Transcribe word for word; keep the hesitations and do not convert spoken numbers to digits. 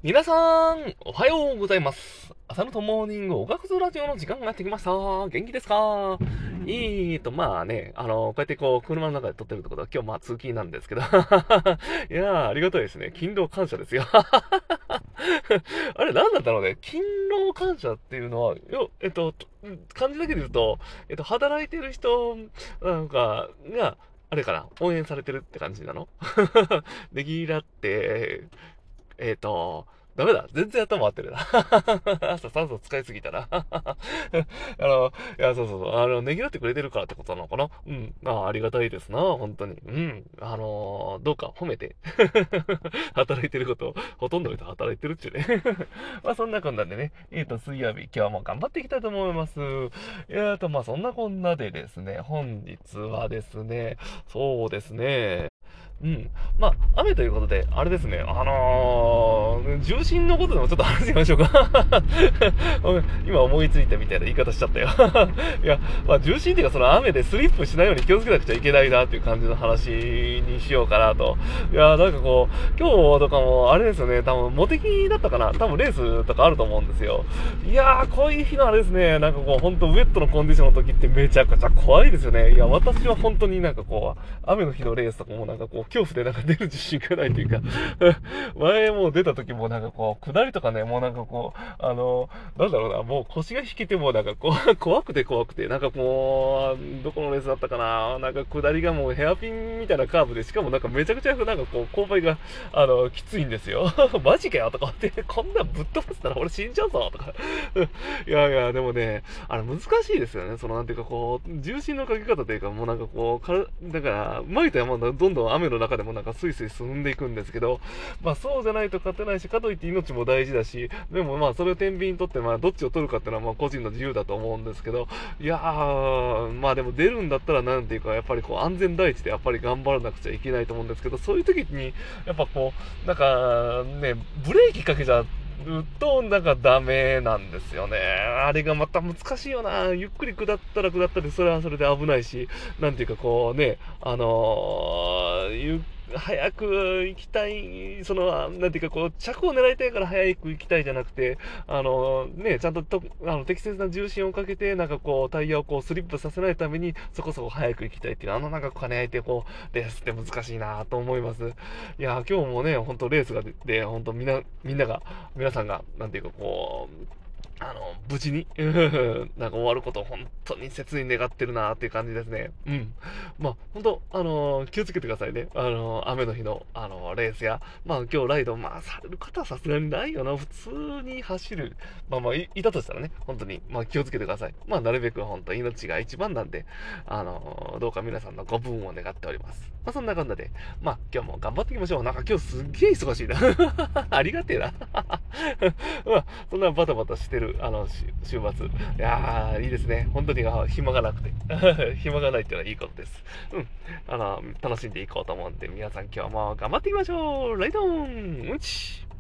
皆さん、おはようございます。朝のとモーニングおがくずラジオの時間がやってきました。元気ですか？えーと、まあね、あの、こうやってこう、車の中で撮ってるってことは、今日まあ通勤なんですけど。いやー、ありがたいですね。勤労感謝ですよ。あれ、なんだったろうね。勤労感謝っていうのは、よ、えっと、漢字だけで言うと、えっと、働いてる人、なんか、が、あれかな、応援されてるって感じなの？ねぎらって、えっ、ー、と、ダメだ。全然頭回ってるな。朝酸素使いすぎたな。あの、いや、そうそうそう。あの、ねぎらってくれてるからってことなのかな。うん。あありがたいですな。本当に。うん。あのーどうか褒めて。働いてること、ほとんどの人働いてるっちゅうね。まあ、そんなこんなでね。えっ、ー、と、水曜日、今日も頑張っていきたいと思います。えっ、ー、と、まあ、そんなこんなでですね、本日はですね、そうですね、うん。まあ、雨ということで、あれですね、あのー、重心のことでもちょっと話しましょうか。今思いついたみたいな言い方しちゃったよ。いや、まあ、重心っていうか、その雨でスリップしないように気をつけなくちゃいけないなっていう感じの話にしようかなと。いや、なんかこう、今日とかも、あれですよね、多分、モテキだったかな、多分レースとかあると思うんですよ。いやー、こういう日のあれですね、なんかこう、ほんとウェットのコンディションの時ってめちゃくちゃ怖いですよね。いや、私は本当になんかこう、雨の日のレースとかもなんかこう、恐怖でなんか出る自信がないというか前もう出た時もなんかこう、下りとかね、もうなんかこう、あの、なんだろうな、もう腰が引けてもなんかこう、怖くて怖くて、なんかもう、どこのレースだったかな、なんか下りがもうヘアピンみたいなカーブで、しかもなんかめちゃくちゃなんかこう、勾配が、あの、きついんですよ。マジかよとかって、こんなんぶっ飛ばせたら俺死んじゃうぞとか。いやいや、でもね、あれ難しいですよね。そのなんていうかこう、重心のかけ方というか、もうなんかこう、からだから、うまいと山どんどん雨の中でもなんかスイスイ進んでいくんですけど、まあそうじゃないと勝てないし、かといって命も大事だし、でもまあそれを天秤にとって、まあどっちを取るかっていうのはまあ個人の自由だと思うんですけど、いやー、まあでも出るんだったらなんていうか、やっぱりこう安全第一でやっぱり頑張らなくちゃいけないと思うんですけど、そういう時に、やっぱこう、なんかね、ブレーキかけちゃうと、なんかダメなんですよね。あれがまた難しいよな。ゆっくり下ったら下ったで、それはそれで危ないし、なんていうかこうね、あのー、ゆ早く行きたい、その、なんていうかこう、着を狙いたいから早く行きたいじゃなくて、あのー、ね、ちゃんととあの適切な重心をかけて、なんかこう、タイヤをこう、スリップさせないために、そこそこ早く行きたいっていう、あのなんか兼ね合いってこう、レースって難しいなと思います。いや、今日もね、本当レースが出て、本当みんな、みんなが、皆さんが、なんていうかこう、あの、無事に、なんか終わることを本当に切に願ってるなっていう感じですね。うん。まあ、本当、あの、気をつけてくださいね。あの、雨の日の、あの、レースや、まあ、今日ライド、まあ、される方はさすがにないよな。普通に走る。まあまあ、い、いたとしたらね、本当に、まあ、気をつけてください。まあ、なるべく本当、命が一番なんで、あの、どうか皆さんのご分を願っております。まあ、そんな感じで、まあ、今日も頑張っていきましょう。なんか今日すっげえ忙しいな。ありがてえな。まあ、そんなバタバタしてる、あの、週末。いやー、いいですね。本当にあ暇がなくて。暇がないっていうのはいいことです。うん。あの、楽しんでいこうと思うんで、皆さん今日も頑張っていきましょう。ライドンうんち